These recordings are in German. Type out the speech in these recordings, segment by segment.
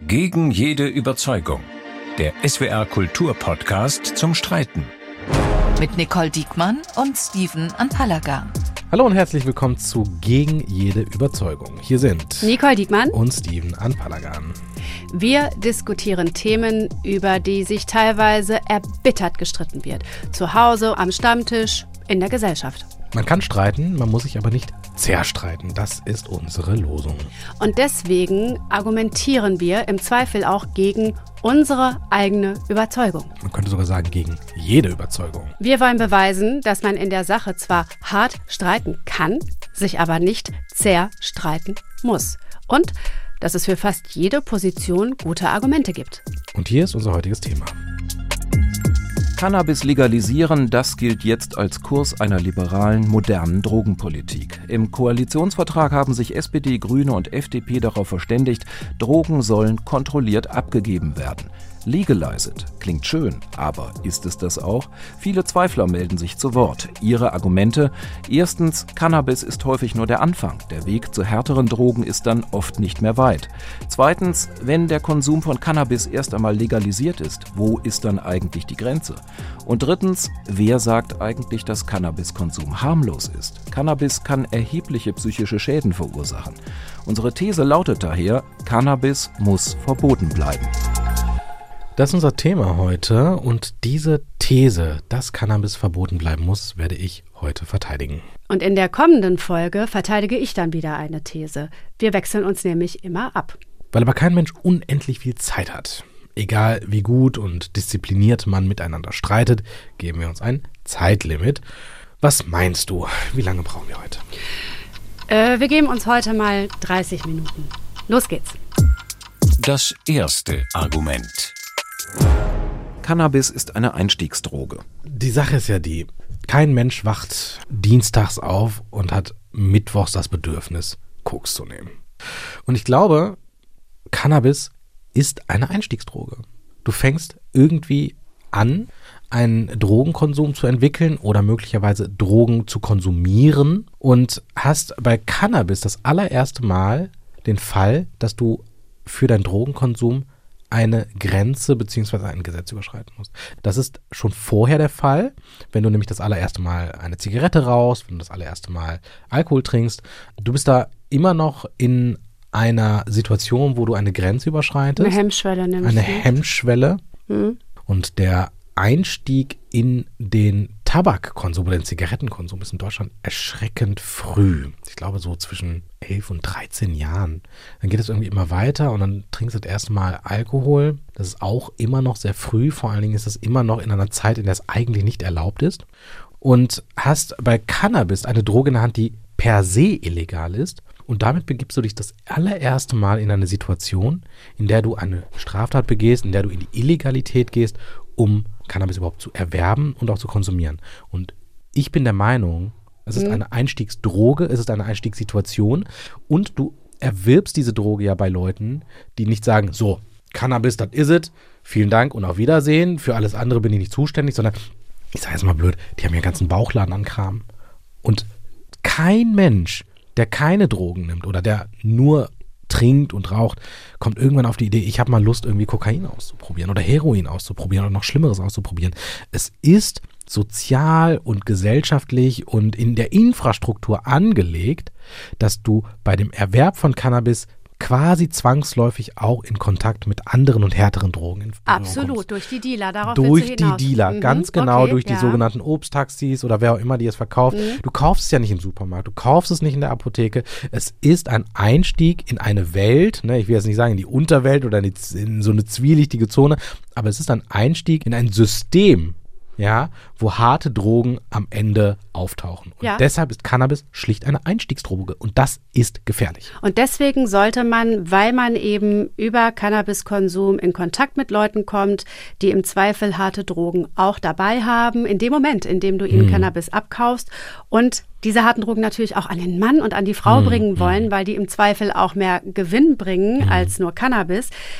Gegen jede Überzeugung. Der SWR Kultur-Podcast zum Streiten. Mit Nicole Diekmann und Steven Anpalagan. Hallo und herzlich willkommen zu Gegen jede Überzeugung. Hier sind Nicole Diekmann und Steven Anpalagan. Wir diskutieren Themen, über die sich teilweise erbittert gestritten wird. Zu Hause, am Stammtisch, in der Gesellschaft. Man kann streiten, man muss sich aber nicht zerstreiten. Das ist unsere Losung. Und deswegen argumentieren wir im Zweifel auch gegen unsere eigene Überzeugung. Man könnte sogar sagen, gegen jede Überzeugung. Wir wollen beweisen, dass man in der Sache zwar hart streiten kann, sich aber nicht zerstreiten muss. Und dass es für fast jede Position gute Argumente gibt. Und hier ist unser heutiges Thema. Cannabis legalisieren, das gilt jetzt als Kurs einer liberalen, modernen Drogenpolitik. Im Koalitionsvertrag haben sich SPD, Grüne und FDP darauf verständigt, Drogen sollen kontrolliert abgegeben werden. Legalized klingt schön, aber ist es das auch? Viele Zweifler melden sich zu Wort. Ihre Argumente: Erstens, Cannabis ist häufig nur der Anfang. Der Weg zu härteren Drogen ist dann oft nicht mehr weit. Zweitens, wenn der Konsum von Cannabis erst einmal legalisiert ist, wo ist dann eigentlich die Grenze? Und drittens, wer sagt eigentlich, dass Cannabiskonsum harmlos ist? Cannabis kann erhebliche psychische Schäden verursachen. Unsere These lautet daher: Cannabis muss verboten bleiben. Das ist unser Thema heute und diese These, dass Cannabis verboten bleiben muss, werde ich heute verteidigen. Und in der kommenden Folge verteidige ich dann wieder eine These. Wir wechseln uns nämlich immer ab. Weil aber kein Mensch unendlich viel Zeit hat. Egal wie gut und diszipliniert man miteinander streitet, geben wir uns ein Zeitlimit. Was meinst du? Wie lange brauchen wir heute? Wir geben uns heute mal 30 Minuten. Los geht's. Das erste Argument. Cannabis ist eine Einstiegsdroge. Die Sache ist ja die, kein Mensch wacht dienstags auf und hat mittwochs das Bedürfnis, Koks zu nehmen. Und ich glaube, Cannabis ist eine Einstiegsdroge. Du fängst irgendwie an, einen Drogenkonsum zu entwickeln oder möglicherweise Drogen zu konsumieren und hast bei Cannabis das allererste Mal den Fall, dass du für deinen Drogenkonsum eine Grenze bzw. ein Gesetz überschreiten musst. Das ist schon vorher der Fall, wenn du nämlich das allererste Mal eine Zigarette rauchst, wenn du das allererste Mal Alkohol trinkst. Du bist da immer noch in einer Situation, wo du eine Grenze überschreitest. Eine Hemmschwelle nämlich. Eine Hemmschwelle. Und der Einstieg in den Tabakkonsum oder den Zigarettenkonsum ist in Deutschland erschreckend früh. Ich glaube so zwischen 11 und 13 Jahren. Dann geht es irgendwie immer weiter und dann trinkst du das erste Mal Alkohol. Das ist auch immer noch sehr früh. Vor allen Dingen ist es immer noch in einer Zeit, in der es eigentlich nicht erlaubt ist. Und hast bei Cannabis eine Droge in der Hand, die per se illegal ist. Und damit begibst du dich das allererste Mal in eine Situation, in der du eine Straftat begehst, in der du in die Illegalität gehst, um Cannabis überhaupt zu erwerben und auch zu konsumieren. Und ich bin der Meinung, es ist eine Einstiegsdroge, es ist eine Einstiegssituation und du erwirbst diese Droge ja bei Leuten, die nicht sagen, so, Cannabis, das is it, vielen Dank und auf Wiedersehen, für alles andere bin ich nicht zuständig, sondern, ich sage jetzt mal blöd, die haben ja einen ganzen Bauchladen an Kram. Und kein Mensch, der keine Drogen nimmt oder der nur trinkt und raucht, kommt irgendwann auf die Idee, ich habe mal Lust, irgendwie Kokain auszuprobieren oder Heroin auszuprobieren oder noch Schlimmeres auszuprobieren. Es ist sozial und gesellschaftlich und in der Infrastruktur angelegt, dass du bei dem Erwerb von Cannabis quasi zwangsläufig auch in Kontakt mit anderen und härteren Drogen Absolut, kommst. Durch die Dealer, darauf Durch willst du hinaus. die Dealer, ganz genau, okay, durch die sogenannten Obsttaxis oder wer auch immer die es verkauft. Du kaufst es ja nicht im Supermarkt, du kaufst es nicht in der Apotheke. Es ist ein Einstieg in eine Welt, ne, ich will jetzt nicht sagen in die Unterwelt oder in so eine zwielichtige Zone, aber es ist ein Einstieg in ein System, ja, wo harte Drogen am Ende auftauchen. Und deshalb ist Cannabis schlicht eine Einstiegsdroge und das ist gefährlich. Und deswegen sollte man, weil man eben über Cannabiskonsum in Kontakt mit Leuten kommt, die im Zweifel harte Drogen auch dabei haben, in dem Moment, in dem du ihnen Cannabis abkaufst und diese harten Drogen natürlich auch an den Mann und an die Frau bringen wollen, weil die im Zweifel auch mehr Gewinn bringen als nur Cannabis.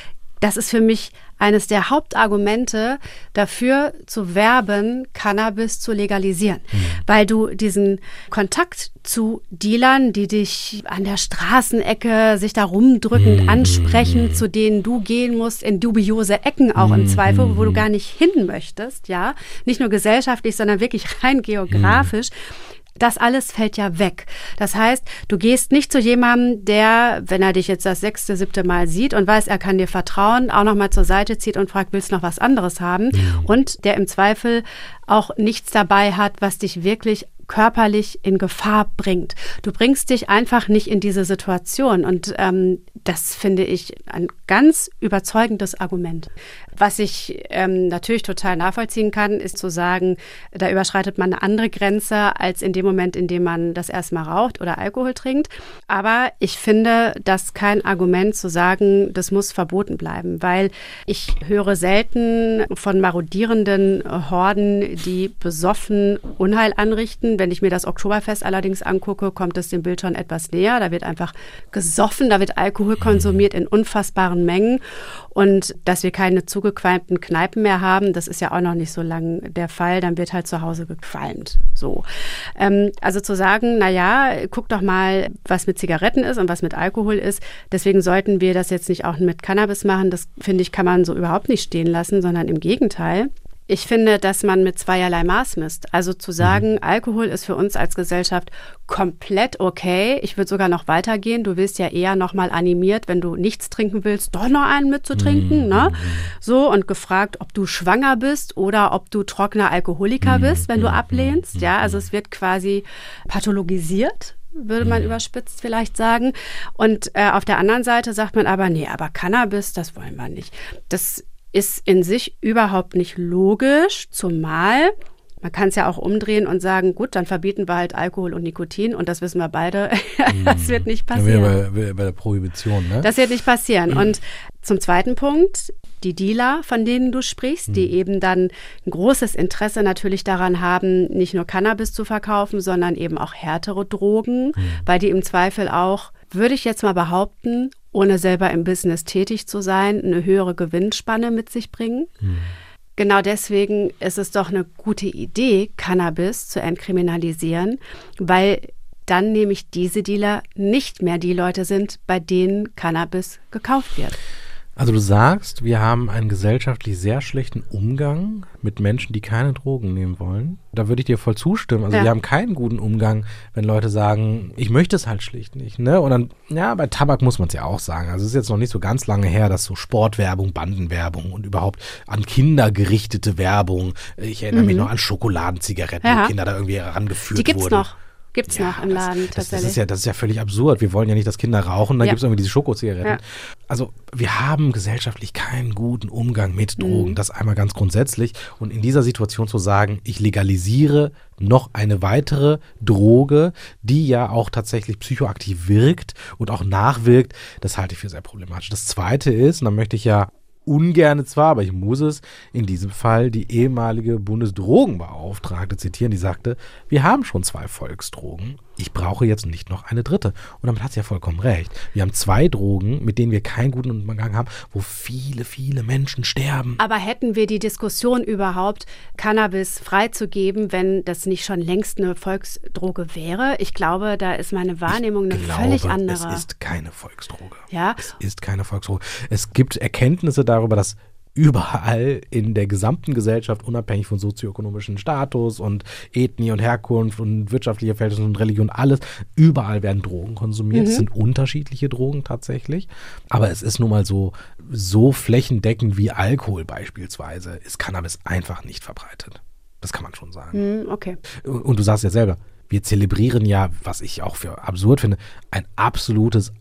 das ist für mich eines der Hauptargumente dafür zu werben, Cannabis zu legalisieren. Weil du diesen Kontakt zu Dealern, die dich an der Straßenecke sich da rumdrückend ansprechen, zu denen du gehen musst, in dubiose Ecken auch im Zweifel, wo du gar nicht hin möchtest, ja, nicht nur gesellschaftlich, sondern wirklich rein geografisch. Das alles fällt ja weg. Das heißt, du gehst nicht zu jemandem, der, wenn er dich jetzt das 6., 7. Mal sieht und weiß, er kann dir vertrauen, auch noch mal zur Seite zieht und fragt, willst du noch was anderes haben? Und der im Zweifel auch nichts dabei hat, was dich wirklich körperlich in Gefahr bringt. Du bringst dich einfach nicht in diese Situation und das finde ich ein ganz überzeugendes Argument. Was ich natürlich total nachvollziehen kann, ist zu sagen, da überschreitet man eine andere Grenze als in dem Moment, in dem man das erstmal raucht oder Alkohol trinkt. Aber ich finde das kein Argument zu sagen, das muss verboten bleiben, weil ich höre selten von marodierenden Horden, die besoffen Unheil anrichten. Wenn ich mir das Oktoberfest allerdings angucke, kommt es dem Bild schon etwas näher. Da wird einfach gesoffen, da wird Alkohol konsumiert in unfassbaren Mengen. Und dass wir keine zugequalmten Kneipen mehr haben, das ist ja auch noch nicht so lange der Fall. Dann wird halt zu Hause gequalmt. So. Also zu sagen, naja, guck doch mal, was mit Zigaretten ist und was mit Alkohol ist. Deswegen sollten wir das jetzt nicht auch mit Cannabis machen. Das, finde ich, kann man so überhaupt nicht stehen lassen, sondern im Gegenteil. Ich finde, dass man mit zweierlei Maß misst. Also zu sagen, Alkohol ist für uns als Gesellschaft komplett okay. Ich würde sogar noch weitergehen. Du wirst ja eher noch mal animiert, wenn du nichts trinken willst, doch noch einen mitzutrinken. Ne? So, und gefragt, ob du schwanger bist oder ob du trockener Alkoholiker bist, wenn du ablehnst. Ja, also es wird quasi pathologisiert, würde man überspitzt vielleicht sagen. Und auf der anderen Seite sagt man aber, nee, aber Cannabis, das wollen wir nicht. Das ist in sich überhaupt nicht logisch, zumal man kann es ja auch umdrehen und sagen, gut, dann verbieten wir halt Alkohol und Nikotin und das wissen wir beide, das wird nicht passieren. Ja, bei der Prohibition, ne? Das wird nicht passieren. Und zum zweiten Punkt, die Dealer, von denen du sprichst, die eben dann ein großes Interesse natürlich daran haben, nicht nur Cannabis zu verkaufen, sondern eben auch härtere Drogen, weil die im Zweifel auch, würde ich jetzt mal behaupten, ohne selber im Business tätig zu sein, eine höhere Gewinnspanne mit sich bringen. Genau deswegen ist es doch eine gute Idee, Cannabis zu entkriminalisieren, weil dann nämlich diese Dealer nicht mehr die Leute sind, bei denen Cannabis gekauft wird. Also du sagst, wir haben einen gesellschaftlich sehr schlechten Umgang mit Menschen, die keine Drogen nehmen wollen. Da würde ich dir voll zustimmen. Also wir haben keinen guten Umgang, wenn Leute sagen, ich möchte es halt schlicht nicht. Ne? Und dann, ja, bei Tabak muss man es ja auch sagen. Also es ist jetzt noch nicht so ganz lange her, dass so Sportwerbung, Bandenwerbung und überhaupt an Kinder gerichtete Werbung, ich erinnere mich noch an Schokoladenzigaretten, wo Kinder da irgendwie herangeführt wurden. Die gibt's noch. Gibt's noch im Laden tatsächlich. Das ist ja völlig absurd. Wir wollen ja nicht, dass Kinder rauchen, dann gibt's irgendwie diese Schokozigaretten. Ja. Also wir haben gesellschaftlich keinen guten Umgang mit Drogen, das einmal ganz grundsätzlich. Und in dieser Situation zu sagen, ich legalisiere noch eine weitere Droge, die ja auch tatsächlich psychoaktiv wirkt und auch nachwirkt, das halte ich für sehr problematisch. Das Zweite ist, und dann möchte ich ja ungerne zwar, aber ich muss es in diesem Fall die ehemalige Bundesdrogenbeauftragte zitieren, die sagte, wir haben schon 2 Volksdrogen, ich brauche jetzt nicht noch eine dritte. Und damit hat sie ja vollkommen recht. Wir haben 2 Drogen, mit denen wir keinen guten Umgang haben, wo viele, viele Menschen sterben. Aber hätten wir die Diskussion überhaupt, Cannabis freizugeben, wenn das nicht schon längst eine Volksdroge wäre? Ich glaube, da ist meine Wahrnehmung völlig andere. Es ist keine Volksdroge. Ja? Es ist keine Volksdroge. Es gibt Erkenntnisse darüber, dass überall in der gesamten Gesellschaft, unabhängig von sozioökonomischem Status und Ethnie und Herkunft und wirtschaftlicher Verhältnisse und Religion, alles, überall werden Drogen konsumiert. Es sind unterschiedliche Drogen tatsächlich, aber es ist nun mal so flächendeckend wie Alkohol beispielsweise, ist Cannabis einfach nicht verbreitet. Das kann man schon sagen. Okay. Und du sagst ja selber, wir zelebrieren ja, was ich auch für absurd finde, ein absolutes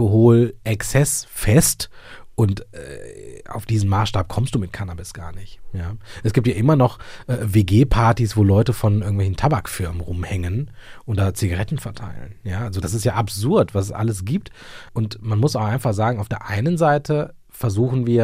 Alkohol-Exzessfest. Und auf diesen Maßstab kommst du mit Cannabis gar nicht. Ja? Es gibt ja immer noch WG-Partys, wo Leute von irgendwelchen Tabakfirmen rumhängen und da Zigaretten verteilen. Ja? Also das ist ja absurd, was es alles gibt. Und man muss auch einfach sagen, auf der einen Seite versuchen wir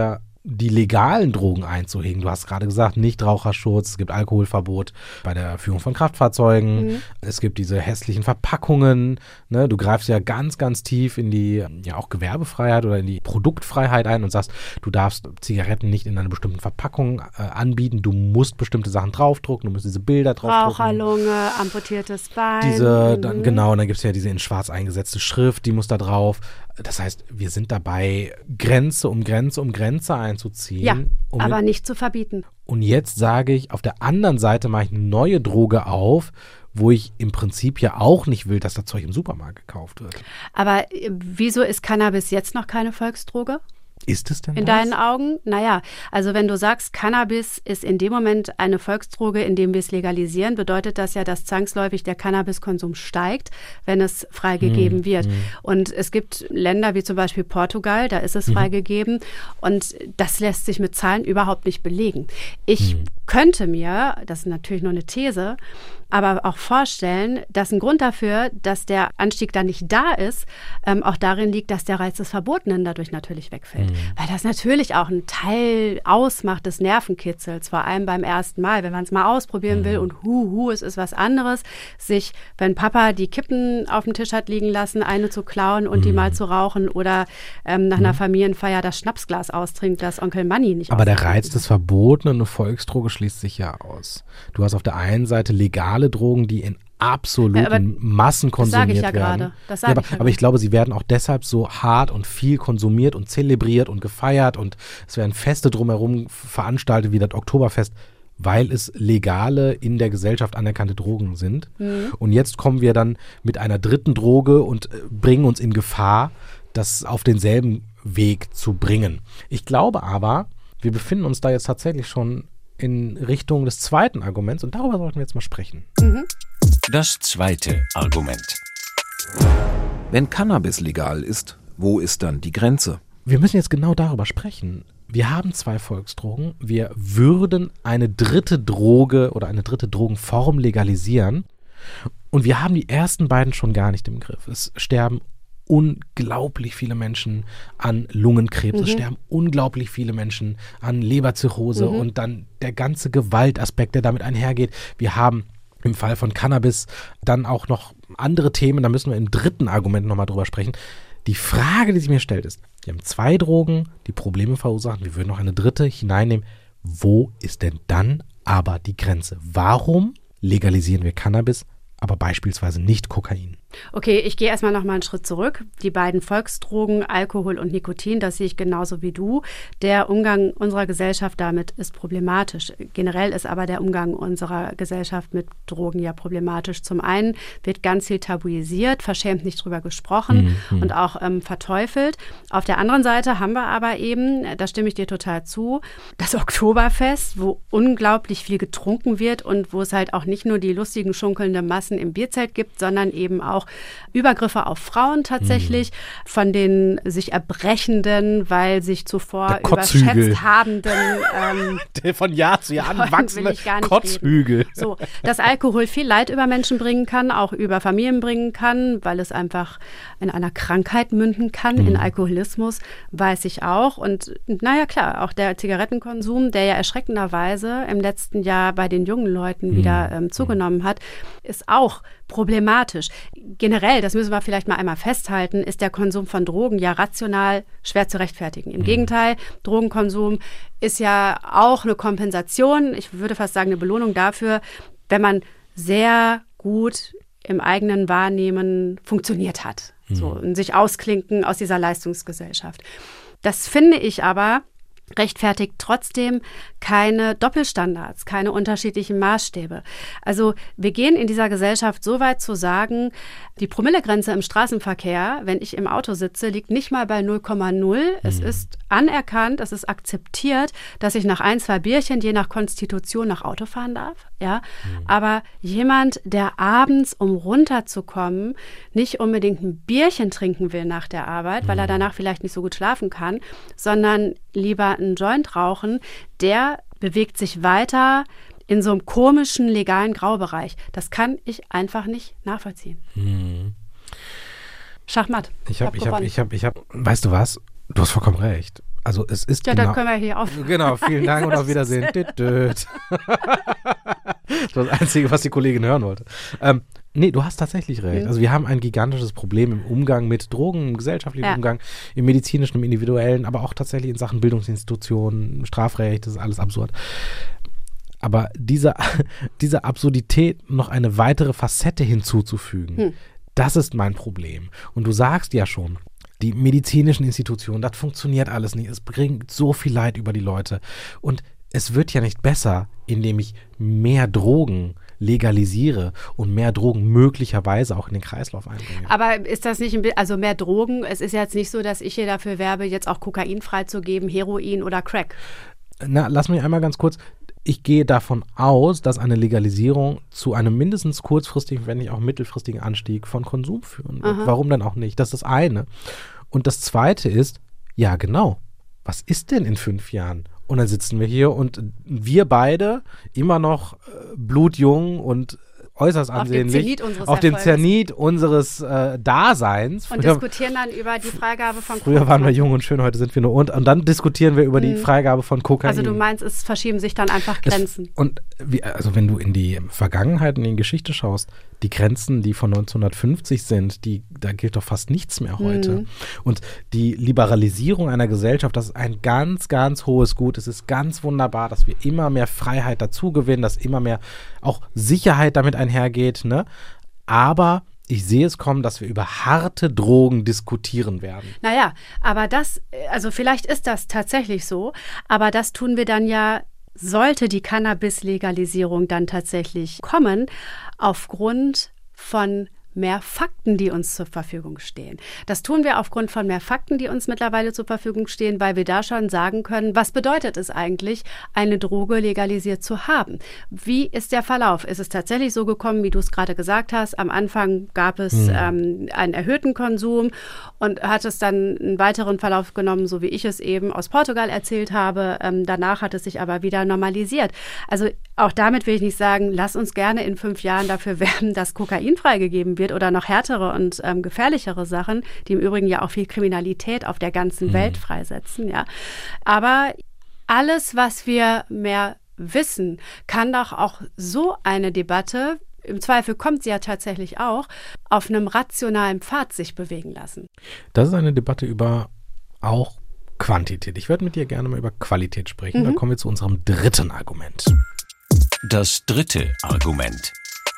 die legalen Drogen einzuhegen. Du hast gerade gesagt, Nichtraucherschutz, es gibt Alkoholverbot bei der Führung von Kraftfahrzeugen, es gibt diese hässlichen Verpackungen, ne? Du greifst ja ganz, ganz tief in die auch Gewerbefreiheit oder in die Produktfreiheit ein und sagst, du darfst Zigaretten nicht in einer bestimmten Verpackung anbieten, du musst bestimmte Sachen draufdrucken, du musst diese Bilder draufdrucken. Raucherlunge, amputiertes Bein. Dann gibt es ja diese in schwarz eingesetzte Schrift, die muss da drauf. Das heißt, wir sind dabei, Grenze um Grenze einzuziehen. Ja, aber nicht zu verbieten. Und jetzt sage ich, auf der anderen Seite mache ich eine neue Droge auf, wo ich im Prinzip ja auch nicht will, dass das Zeug im Supermarkt gekauft wird. Aber wieso ist Cannabis jetzt noch keine Volksdroge? Ist es denn in deinen Augen? Naja, also wenn du sagst, Cannabis ist in dem Moment eine Volksdroge, indem wir es legalisieren, bedeutet das ja, dass zwangsläufig der Cannabiskonsum steigt, wenn es freigegeben wird. Und es gibt Länder wie zum Beispiel Portugal, da ist es freigegeben und das lässt sich mit Zahlen überhaupt nicht belegen. Ich könnte mir, das ist natürlich nur eine These, aber auch vorstellen, dass ein Grund dafür, dass der Anstieg da nicht da ist, auch darin liegt, dass der Reiz des Verbotenen dadurch natürlich wegfällt. Weil das natürlich auch einen Teil ausmacht des Nervenkitzels, vor allem beim ersten Mal, wenn man es mal ausprobieren will und es ist was anderes, sich, wenn Papa die Kippen auf dem Tisch hat liegen lassen, eine zu klauen und die mal zu rauchen oder nach einer Familienfeier das Schnapsglas austrinkt, das Onkel Manni nicht Aber der Reiz des Verbotenen, eine Volksdroge, schließt sich ja aus. Du hast auf der einen Seite legale Drogen, die in absoluten Massen konsumiert werden. Das sage ich ja gerade. Aber ich glaube, sie werden auch deshalb so hart und viel konsumiert und zelebriert und gefeiert und es werden Feste drumherum veranstaltet wie das Oktoberfest, weil es legale, in der Gesellschaft anerkannte Drogen sind. Und jetzt kommen wir dann mit einer dritten Droge und bringen uns in Gefahr, das auf denselben Weg zu bringen. Ich glaube aber, wir befinden uns da jetzt tatsächlich schon in Richtung des zweiten Arguments und darüber sollten wir jetzt mal sprechen. Das zweite Argument. Wenn Cannabis legal ist, wo ist dann die Grenze? Wir müssen jetzt genau darüber sprechen. Wir haben 2 Volksdrogen. Wir würden eine dritte Droge oder eine dritte Drogenform legalisieren. Und wir haben die ersten beiden schon gar nicht im Griff. Es sterben unglaublich viele Menschen an Lungenkrebs. Es sterben unglaublich viele Menschen an Leberzirrhose und dann der ganze Gewaltaspekt, der damit einhergeht. Wir haben im Fall von Cannabis dann auch noch andere Themen. Da müssen wir im dritten Argument nochmal drüber sprechen. Die Frage, die sich mir stellt, ist, wir haben 2 Drogen, die Probleme verursachen. Wir würden noch eine dritte hineinnehmen. Wo ist denn dann aber die Grenze? Warum legalisieren wir Cannabis, aber beispielsweise nicht Kokain? Okay, ich gehe erstmal noch mal einen Schritt zurück. Die beiden Volksdrogen, Alkohol und Nikotin, das sehe ich genauso wie du. Der Umgang unserer Gesellschaft damit ist problematisch. Generell ist aber der Umgang unserer Gesellschaft mit Drogen ja problematisch. Zum einen wird ganz viel tabuisiert, verschämt nicht drüber gesprochen und auch verteufelt. Auf der anderen Seite haben wir aber eben, da stimme ich dir total zu, das Oktoberfest, wo unglaublich viel getrunken wird und wo es halt auch nicht nur die lustigen, schunkelnden Massen im Bierzelt gibt, sondern eben auch Übergriffe auf Frauen tatsächlich, von den sich erbrechenden, weil sich zuvor überschätzt habenden der von Jahr zu Jahr anwachsende Kotzhügel. So, dass Alkohol viel Leid über Menschen bringen kann, auch über Familien bringen kann, weil es einfach in einer Krankheit münden kann, in Alkoholismus, weiß ich auch. Und naja, klar, auch der Zigarettenkonsum, der ja erschreckenderweise im letzten Jahr bei den jungen Leuten wieder zugenommen hat, ist auch problematisch. Generell, das müssen wir vielleicht mal einmal festhalten, ist der Konsum von Drogen ja rational schwer zu rechtfertigen. Im Gegenteil, Drogenkonsum ist ja auch eine Kompensation, ich würde fast sagen eine Belohnung dafür, wenn man sehr gut im eigenen Wahrnehmen funktioniert hat. So, und sich ausklinken aus dieser Leistungsgesellschaft. Das finde ich aber rechtfertigt trotzdem keine Doppelstandards, keine unterschiedlichen Maßstäbe. Also wir gehen in dieser Gesellschaft so weit zu sagen, die Promillegrenze im Straßenverkehr, wenn ich im Auto sitze, liegt nicht mal bei 0,0. Es ist anerkannt, es ist akzeptiert, dass ich nach 1, 2 Bierchen je nach Konstitution nach Auto fahren darf. Ja? Aber jemand, der abends, um runterzukommen, nicht unbedingt ein Bierchen trinken will nach der Arbeit, weil er danach vielleicht nicht so gut schlafen kann, sondern lieber einen Joint rauchen, der bewegt sich weiter in so einem komischen, legalen Graubereich. Das kann ich einfach nicht nachvollziehen. Schachmatt. Ich hab, weißt du was? Du hast vollkommen recht. Also es ist ja, dann können wir hier aufhören. Genau, vielen Dank und auf Wiedersehen. Das war das Einzige, was die Kollegin hören wollte. Nee, du hast tatsächlich recht. Also wir haben ein gigantisches Problem im Umgang mit Drogen, im gesellschaftlichen Umgang, im medizinischen, im individuellen, aber auch tatsächlich in Sachen Bildungsinstitutionen, Strafrecht, das ist alles absurd. Aber diese Absurdität noch eine weitere Facette hinzuzufügen, das ist mein Problem. Und du sagst ja schon, die medizinischen Institutionen, das funktioniert alles nicht. Es bringt so viel Leid über die Leute. Und es wird ja nicht besser, indem ich mehr Drogen legalisiere und mehr Drogen möglicherweise auch in den Kreislauf einbringe. Aber ist das nicht, also mehr Drogen, es ist jetzt nicht so, dass ich hier dafür werbe, jetzt auch Kokain freizugeben, Heroin oder Crack. Na, lass mich einmal ganz kurz. Ich gehe davon aus, dass eine Legalisierung zu einem mindestens kurzfristigen, wenn nicht auch mittelfristigen Anstieg von Konsum führen wird. Warum denn auch nicht? Das ist das eine. Und das zweite ist, ja genau, was ist denn in 5 Jahren? Und dann sitzen wir hier und wir beide immer noch blutjung und äußerst ansehnlich auf dem Zenit unseres Daseins. Und diskutieren dann über die Freigabe von Kokain. Früher waren wir jung und schön, heute sind wir nur und dann diskutieren wir über die Freigabe von Kokain. Also du meinst, es verschieben sich dann einfach Grenzen. Also wenn du in die Vergangenheit, in die Geschichte schaust, die Grenzen, die von 1950 sind, da gilt doch fast nichts mehr heute. Und die Liberalisierung einer Gesellschaft, das ist ein ganz, ganz hohes Gut. Es ist ganz wunderbar, dass wir immer mehr Freiheit dazu gewinnen, dass immer mehr auch Sicherheit damit einhergeht, ne? Aber ich sehe es kommen, dass wir über harte Drogen diskutieren werden. Naja, aber also vielleicht ist das tatsächlich so, aber das tun wir dann ja, sollte die Cannabis-Legalisierung dann tatsächlich kommen, aufgrund von mehr Fakten, die uns zur Verfügung stehen. Das tun wir aufgrund von mehr Fakten, die uns mittlerweile zur Verfügung stehen, weil wir da schon sagen können, was bedeutet es eigentlich, eine Droge legalisiert zu haben? Wie ist der Verlauf? Ist es tatsächlich so gekommen, wie du es gerade gesagt hast? Am Anfang gab es einen erhöhten Konsum und hat es dann einen weiteren Verlauf genommen, so wie ich es eben aus Portugal erzählt habe. Danach hat es sich aber wieder normalisiert. Also auch damit will ich nicht sagen, lass uns gerne in 5 Jahren dafür werben, dass Kokain freigegeben wird oder noch härtere und gefährlichere Sachen, die im Übrigen ja auch viel Kriminalität auf der ganzen Welt freisetzen. Ja. Aber alles, was wir mehr wissen, kann doch auch so eine Debatte, im Zweifel kommt sie ja tatsächlich auch, auf einem rationalen Pfad sich bewegen lassen. Das ist eine Debatte über auch Quantität. Ich würde mit dir gerne mal über Qualität sprechen. Da kommen wir zu unserem dritten Argument. Das dritte Argument.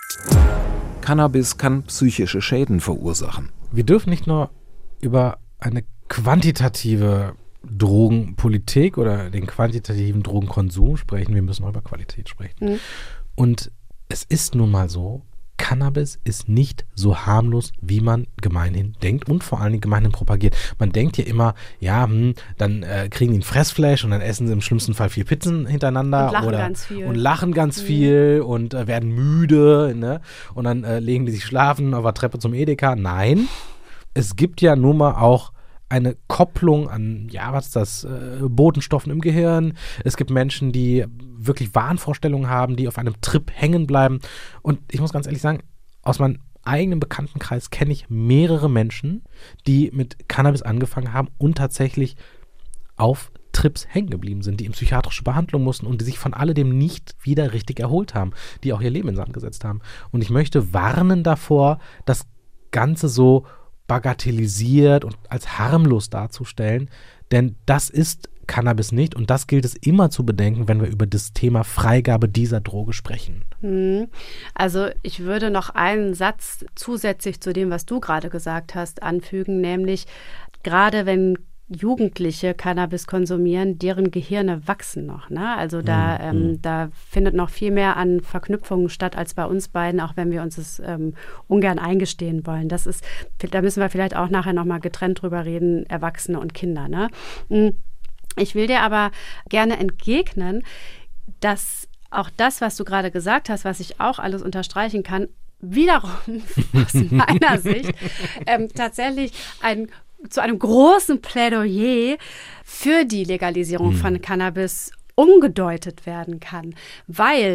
Cannabis kann psychische Schäden verursachen. Wir dürfen nicht nur über eine quantitative Drogenpolitik oder den quantitativen Drogenkonsum sprechen, wir müssen auch über Qualität sprechen. Und es ist nun mal so, Cannabis ist nicht so harmlos, wie man gemeinhin denkt und vor allen Dingen gemeinhin propagiert. Man denkt ja immer, ja, dann kriegen die einen Fressflash und dann essen sie im schlimmsten Fall 4 Pizzen hintereinander und lachen ganz viel und werden müde, ne? Und dann legen die sich schlafen auf der Treppe zum Edeka. Nein, es gibt ja nun mal auch eine Kopplung an, Botenstoffen im Gehirn. Es gibt Menschen, die wirklich Wahnvorstellungen haben, die auf einem Trip hängen bleiben. Und ich muss ganz ehrlich sagen, aus meinem eigenen Bekanntenkreis kenne ich mehrere Menschen, die mit Cannabis angefangen haben und tatsächlich auf Trips hängen geblieben sind, die in psychiatrische Behandlung mussten und die sich von alledem nicht wieder richtig erholt haben, die auch ihr Leben in Sand gesetzt haben. Und ich möchte warnen davor, das Ganze so bagatellisiert und als harmlos darzustellen, denn das ist Cannabis nicht und das gilt es immer zu bedenken, wenn wir über das Thema Freigabe dieser Droge sprechen. Also ich würde noch einen Satz zusätzlich zu dem, was du gerade gesagt hast, anfügen, nämlich gerade wenn Jugendliche Cannabis konsumieren, deren Gehirne wachsen noch. Ne? Also da findet noch viel mehr an Verknüpfungen statt als bei uns beiden, auch wenn wir uns das ungern eingestehen wollen. Da müssen wir vielleicht auch nachher nochmal getrennt drüber reden, Erwachsene und Kinder. Ne? Ich will dir aber gerne entgegnen, dass auch das, was du gerade gesagt hast, was ich auch alles unterstreichen kann, wiederum aus meiner Sicht tatsächlich zu einem großen Plädoyer für die Legalisierung von Cannabis umgedeutet werden kann. Weil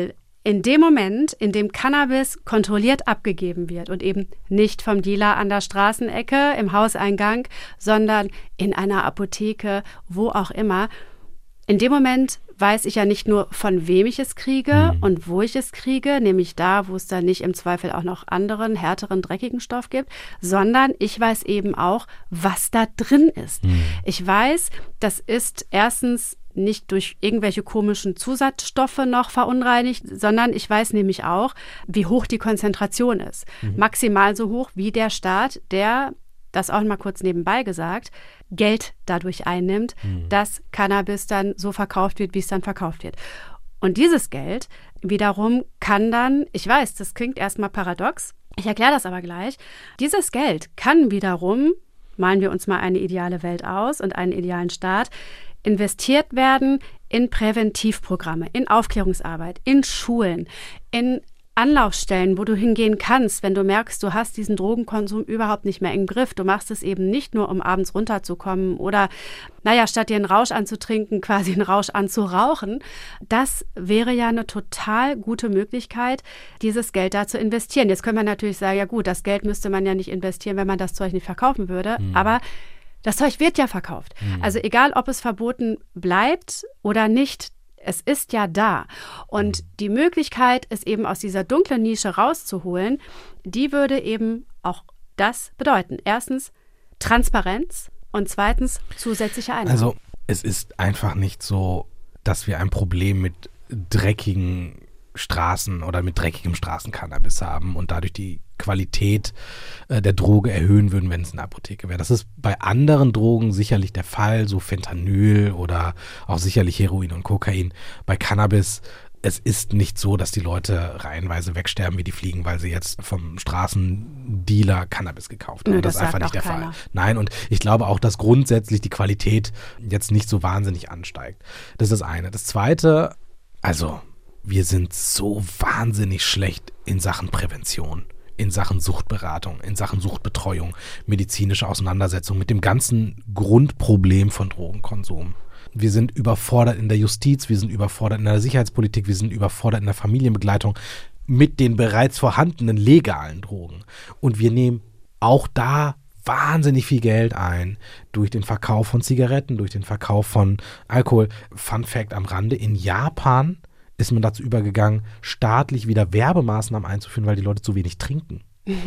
In dem Moment, in dem Cannabis kontrolliert abgegeben wird und eben nicht vom Dealer an der Straßenecke, im Hauseingang, sondern in einer Apotheke, wo auch immer, in dem Moment weiß ich ja nicht nur, von wem ich es kriege und wo ich es kriege, nämlich da, wo es dann nicht im Zweifel auch noch anderen, härteren, dreckigen Stoff gibt, sondern ich weiß eben auch, was da drin ist. Ich weiß, das ist erstens nicht durch irgendwelche komischen Zusatzstoffe noch verunreinigt, sondern ich weiß nämlich auch, wie hoch die Konzentration ist. Maximal so hoch wie der Staat, der, das auch mal kurz nebenbei gesagt, Geld dadurch einnimmt, dass Cannabis dann so verkauft wird, wie es dann verkauft wird. Und dieses Geld wiederum kann dann, ich weiß, das klingt erstmal paradox, ich erkläre das aber gleich, dieses Geld kann wiederum, malen wir uns mal eine ideale Welt aus und einen idealen Staat, investiert werden in Präventivprogramme, in Aufklärungsarbeit, in Schulen, in Anlaufstellen, wo du hingehen kannst, wenn du merkst, du hast diesen Drogenkonsum überhaupt nicht mehr im Griff. Du machst es eben nicht nur, um abends runterzukommen oder, statt dir einen Rausch anzutrinken, quasi einen Rausch anzurauchen. Das wäre ja eine total gute Möglichkeit, dieses Geld da zu investieren. Jetzt können wir natürlich sagen, ja gut, das Geld müsste man ja nicht investieren, wenn man das Zeug nicht verkaufen würde, aber das Zeug wird ja verkauft. Also egal, ob es verboten bleibt oder nicht, es ist ja da. Und die Möglichkeit, es eben aus dieser dunklen Nische rauszuholen, die würde eben auch das bedeuten. Erstens Transparenz und zweitens zusätzliche Einnahmen. Also es ist einfach nicht so, dass wir ein Problem mit dreckigen Straßen oder mit dreckigem Straßencannabis haben und dadurch die Qualität der Droge erhöhen würden, wenn es in der Apotheke wäre. Das ist bei anderen Drogen sicherlich der Fall, so Fentanyl oder auch sicherlich Heroin und Kokain. Bei Cannabis, es ist nicht so, dass die Leute reihenweise wegsterben wie die Fliegen, weil sie jetzt vom Straßendealer Cannabis gekauft haben. Das ist einfach nicht der Fall. Nein, und ich glaube auch, dass grundsätzlich die Qualität jetzt nicht so wahnsinnig ansteigt. Das ist das eine. Das zweite, also wir sind so wahnsinnig schlecht in Sachen Prävention, in Sachen Suchtberatung, in Sachen Suchtbetreuung, medizinische Auseinandersetzung mit dem ganzen Grundproblem von Drogenkonsum. Wir sind überfordert in der Justiz, wir sind überfordert in der Sicherheitspolitik, wir sind überfordert in der Familienbegleitung mit den bereits vorhandenen legalen Drogen. Und wir nehmen auch da wahnsinnig viel Geld ein durch den Verkauf von Zigaretten, durch den Verkauf von Alkohol. Fun Fact am Rande, in Japan ist man dazu übergegangen, staatlich wieder Werbemaßnahmen einzuführen, weil die Leute zu wenig trinken.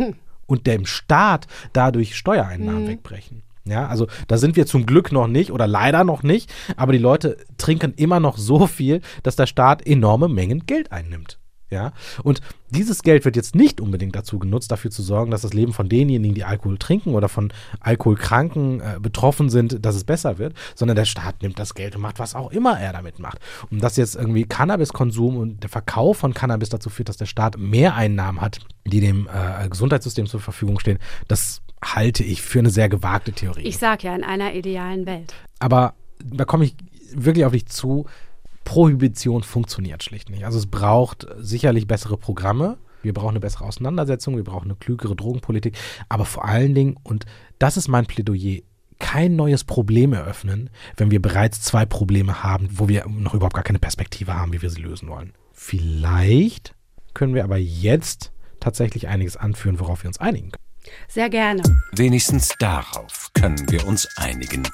Und dem Staat dadurch Steuereinnahmen wegbrechen. Ja, also da sind wir zum Glück noch nicht oder leider noch nicht, aber die Leute trinken immer noch so viel, dass der Staat enorme Mengen Geld einnimmt. Ja, und dieses Geld wird jetzt nicht unbedingt dazu genutzt, dafür zu sorgen, dass das Leben von denjenigen, die Alkohol trinken oder von Alkoholkranken betroffen sind, dass es besser wird, sondern der Staat nimmt das Geld und macht, was auch immer er damit macht. Und dass jetzt irgendwie Cannabiskonsum und der Verkauf von Cannabis dazu führt, dass der Staat mehr Einnahmen hat, die dem Gesundheitssystem zur Verfügung stehen, das halte ich für eine sehr gewagte Theorie. Ich sage ja, in einer idealen Welt. Aber da komme ich wirklich auf dich zu, Prohibition funktioniert schlicht nicht. Also es braucht sicherlich bessere Programme, wir brauchen eine bessere Auseinandersetzung, wir brauchen eine klügere Drogenpolitik, aber vor allen Dingen, und das ist mein Plädoyer, kein neues Problem eröffnen, wenn wir bereits 2 Probleme haben, wo wir noch überhaupt gar keine Perspektive haben, wie wir sie lösen wollen. Vielleicht können wir aber jetzt tatsächlich einiges anführen, worauf wir uns einigen können. Sehr gerne. Wenigstens darauf können wir uns einigen.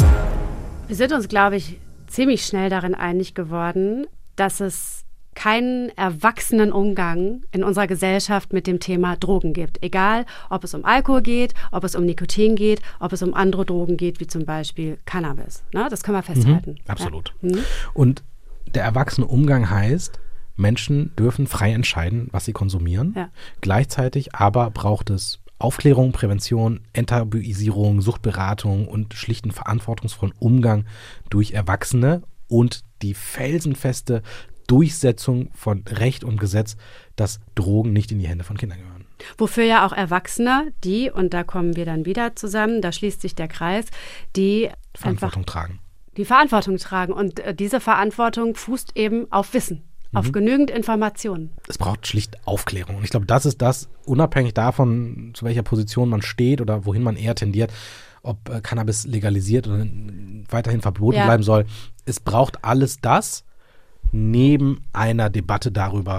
Wir sind uns, glaube ich, ziemlich schnell darin einig geworden, dass es keinen erwachsenen Umgang in unserer Gesellschaft mit dem Thema Drogen gibt. Egal, ob es um Alkohol geht, ob es um Nikotin geht, ob es um andere Drogen geht, wie zum Beispiel Cannabis. Ne? Das können wir festhalten. Absolut. Ja. Und der erwachsene Umgang heißt, Menschen dürfen frei entscheiden, was sie konsumieren. Ja. Gleichzeitig aber braucht es Aufklärung, Prävention, Enttabuisierung, Suchtberatung und schlichten verantwortungsvollen Umgang durch Erwachsene und die felsenfeste Durchsetzung von Recht und Gesetz, dass Drogen nicht in die Hände von Kindern gehören. Wofür ja auch Erwachsene, die, und da kommen wir dann wieder zusammen, da schließt sich der Kreis, die Verantwortung tragen. Die Verantwortung tragen. Und diese Verantwortung fußt eben auf Wissen. Auf genügend Informationen. Es braucht schlicht Aufklärung. Und ich glaube, das ist das, unabhängig davon, zu welcher Position man steht oder wohin man eher tendiert, ob Cannabis legalisiert oder weiterhin verboten bleiben soll. Es braucht alles das neben einer Debatte darüber,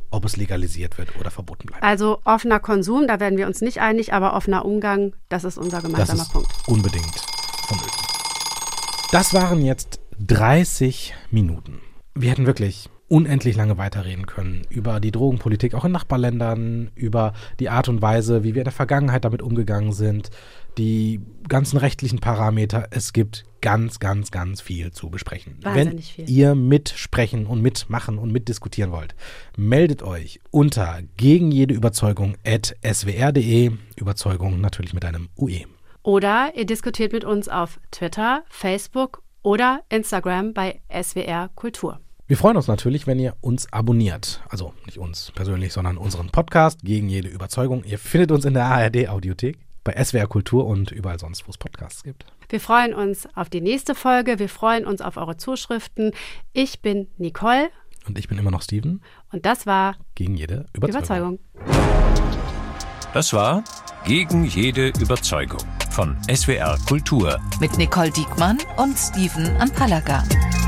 ob es legalisiert wird oder verboten bleibt. Also offener Konsum, da werden wir uns nicht einig, aber offener Umgang, das ist unser gemeinsamer Punkt. Unbedingt vonnöten. Das waren jetzt 30 Minuten. Wir hätten wirklich unendlich lange weiterreden können über die Drogenpolitik, auch in Nachbarländern, über die Art und Weise, wie wir in der Vergangenheit damit umgegangen sind, die ganzen rechtlichen Parameter. Es gibt ganz, ganz, ganz viel zu besprechen. Wahnsinnig viel. Wenn ihr mitsprechen und mitmachen und mitdiskutieren wollt, meldet euch unter gegenjedeüberzeugung@swr.de, Überzeugung natürlich mit einem UE. Oder ihr diskutiert mit uns auf Twitter, Facebook oder Instagram bei SWR Kultur. Wir freuen uns natürlich, wenn ihr uns abonniert. Also nicht uns persönlich, sondern unseren Podcast Gegen jede Überzeugung. Ihr findet uns in der ARD-Audiothek, bei SWR Kultur und überall sonst, wo es Podcasts gibt. Wir freuen uns auf die nächste Folge. Wir freuen uns auf eure Zuschriften. Ich bin Nicole. Und ich bin immer noch Steven. Und das war Gegen jede Überzeugung. Das war Gegen jede Überzeugung von SWR Kultur mit Nicole Diekmann und Steven Anpalaga.